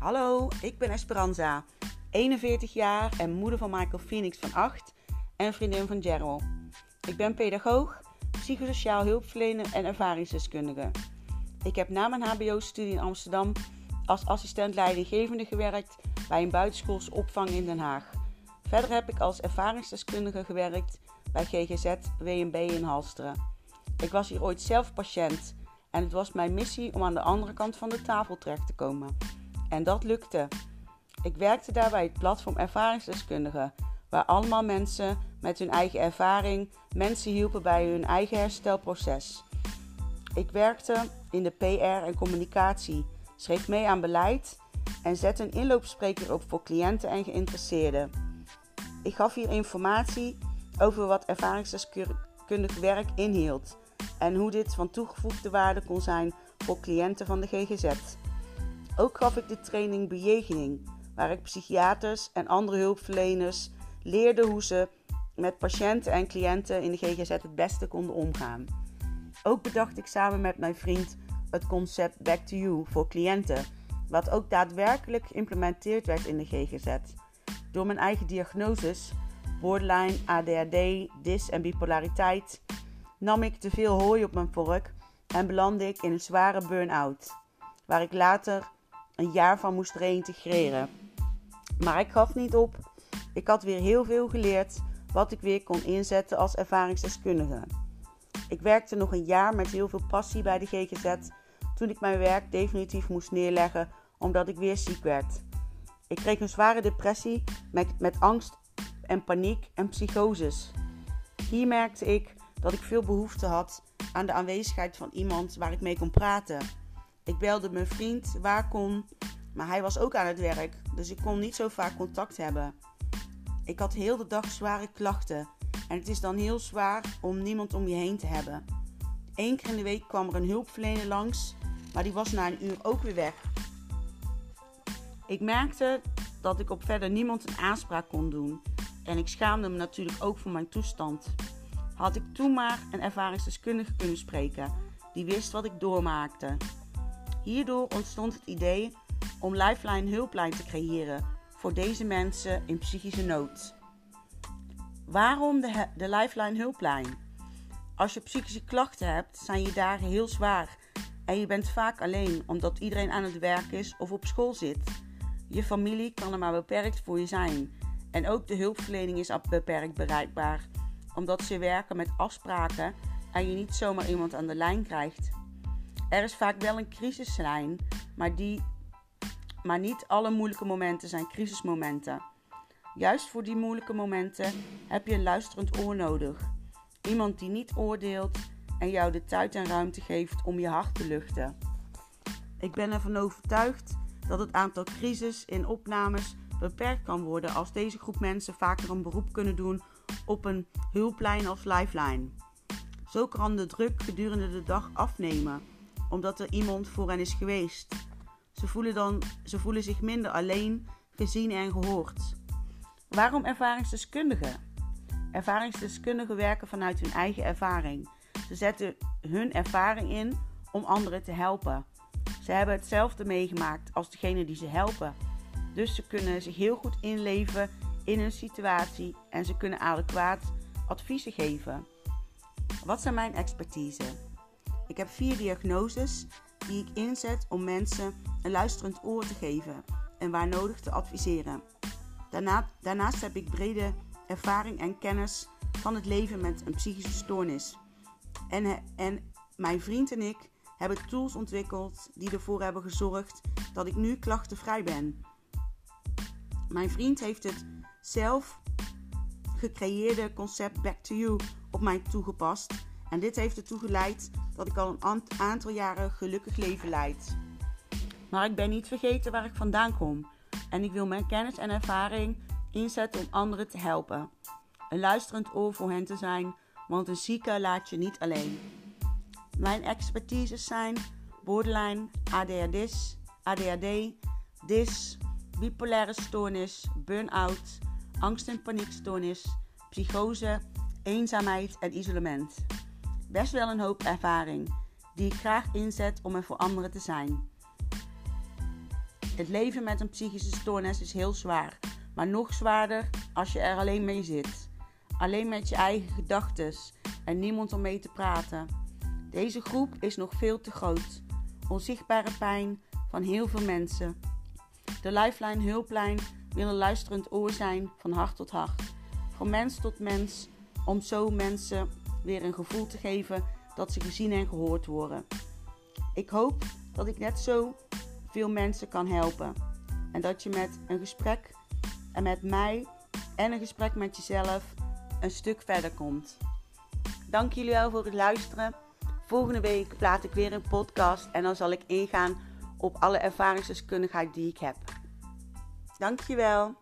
Hallo, ik ben Esperanza, 41 jaar en moeder van Michael Phoenix van 8 en vriendin van Gerald. Ik ben pedagoog, psychosociaal hulpverlener en ervaringsdeskundige. Ik heb na mijn hbo-studie in Amsterdam als assistent leidinggevende gewerkt bij een buitenschoolse opvang in Den Haag. Verder heb ik als ervaringsdeskundige gewerkt bij GGZ WMB in Halsteren. Ik was hier ooit zelf patiënt en het was mijn missie om aan de andere kant van de tafel terecht te komen. En dat lukte. Ik werkte daar bij het platform Ervaringsdeskundigen, waar allemaal mensen met hun eigen ervaring mensen hielpen bij hun eigen herstelproces. Ik werkte in de PR en communicatie, schreef mee aan beleid en zette een inloopspreker op voor cliënten en geïnteresseerden. Ik gaf hier informatie over wat ervaringsdeskundig werk inhield en hoe dit van toegevoegde waarde kon zijn voor cliënten van de GGZ. Ook gaf ik de training Bejegening, waar ik psychiaters en andere hulpverleners leerde hoe ze met patiënten en cliënten in de GGZ het beste konden omgaan. Ook bedacht ik samen met mijn vriend het concept Back to You voor cliënten, wat ook daadwerkelijk geïmplementeerd werd in de GGZ. Door mijn eigen diagnoses, borderline, ADHD, dys en bipolariteit, nam ik te veel hooi op mijn vork en belandde ik in een zware burn-out, waar ik later een jaar van moest reïntegreren. Maar ik gaf niet op. Ik had weer heel veel geleerd wat ik weer kon inzetten als ervaringsdeskundige. Ik werkte nog een jaar met heel veel passie bij de GGZ toen ik mijn werk definitief moest neerleggen omdat ik weer ziek werd. Ik kreeg een zware depressie met angst en paniek en psychoses. Hier merkte ik dat ik veel behoefte had aan de aanwezigheid van iemand waar ik mee kon praten. Ik belde mijn vriend waar kon, maar hij was ook aan het werk, dus ik kon niet zo vaak contact hebben. Ik had heel de dag zware klachten en het is dan heel zwaar om niemand om je heen te hebben. 1 keer in de week kwam er een hulpverlener langs, maar die was na een uur ook weer weg. Ik merkte dat ik op verder niemand een aanspraak kon doen en ik schaamde me natuurlijk ook voor mijn toestand. Had ik toen maar een ervaringsdeskundige kunnen spreken die wist wat ik doormaakte. Hierdoor ontstond het idee om Lifeline Hulplijn te creëren voor deze mensen in psychische nood. Waarom de Lifeline Hulplijn? Als je psychische klachten hebt, zijn je dagen heel zwaar en je bent vaak alleen omdat iedereen aan het werk is of op school zit. Je familie kan er maar beperkt voor je zijn en ook de hulpverlening is beperkt bereikbaar omdat ze werken met afspraken en je niet zomaar iemand aan de lijn krijgt. Er is vaak wel een crisislijn, maar niet alle moeilijke momenten zijn crisismomenten. Juist voor die moeilijke momenten heb je een luisterend oor nodig. Iemand die niet oordeelt en jou de tijd en ruimte geeft om je hart te luchten. Ik ben ervan overtuigd dat het aantal crisis in opnames beperkt kan worden als deze groep mensen vaker een beroep kunnen doen op een hulplijn als Lifeline. Zo kan de druk gedurende de dag afnemen, omdat er iemand voor hen is geweest. Ze voelen zich minder alleen, gezien en gehoord. Waarom ervaringsdeskundigen? Ervaringsdeskundigen werken vanuit hun eigen ervaring. Ze zetten hun ervaring in om anderen te helpen. Ze hebben hetzelfde meegemaakt als degene die ze helpen. Dus ze kunnen zich heel goed inleven in hun situatie en ze kunnen adequaat adviezen geven. Wat zijn mijn expertise? Ik heb 4 diagnoses die ik inzet om mensen een luisterend oor te geven en waar nodig te adviseren. Daarnaast heb ik brede ervaring en kennis van het leven met een psychische stoornis. En mijn vriend en ik hebben tools ontwikkeld die ervoor hebben gezorgd dat ik nu klachtenvrij ben. Mijn vriend heeft het zelf gecreëerde concept Back to You op mij toegepast. En dit heeft ertoe geleid dat ik al een aantal jaren gelukkig leven leid. Maar ik ben niet vergeten waar ik vandaan kom. En ik wil mijn kennis en ervaring inzetten om anderen te helpen. Een luisterend oor voor hen te zijn, want een zieke laat je niet alleen. Mijn expertises zijn borderline, ADHD, dys, bipolaire stoornis, burn-out, angst- en paniekstoornis, psychose, eenzaamheid en isolement. Best wel een hoop ervaring die ik graag inzet om er voor anderen te zijn. Het leven met een psychische stoornis is heel zwaar, maar nog zwaarder als je er alleen mee zit. Alleen met je eigen gedachtes en niemand om mee te praten. Deze groep is nog veel te groot. Onzichtbare pijn van heel veel mensen. De Lifeline hulplijn wil een luisterend oor zijn van hart tot hart. Van mens tot mens, om zo mensen weer een gevoel te geven dat ze gezien en gehoord worden. Ik hoop dat ik net zo veel mensen kan helpen. En dat je met een gesprek en met mij en een gesprek met jezelf een stuk verder komt. Dank jullie wel voor het luisteren. Volgende week plaats ik weer een podcast en dan zal ik ingaan op alle ervaringsdeskundigheid die ik heb. Dankjewel.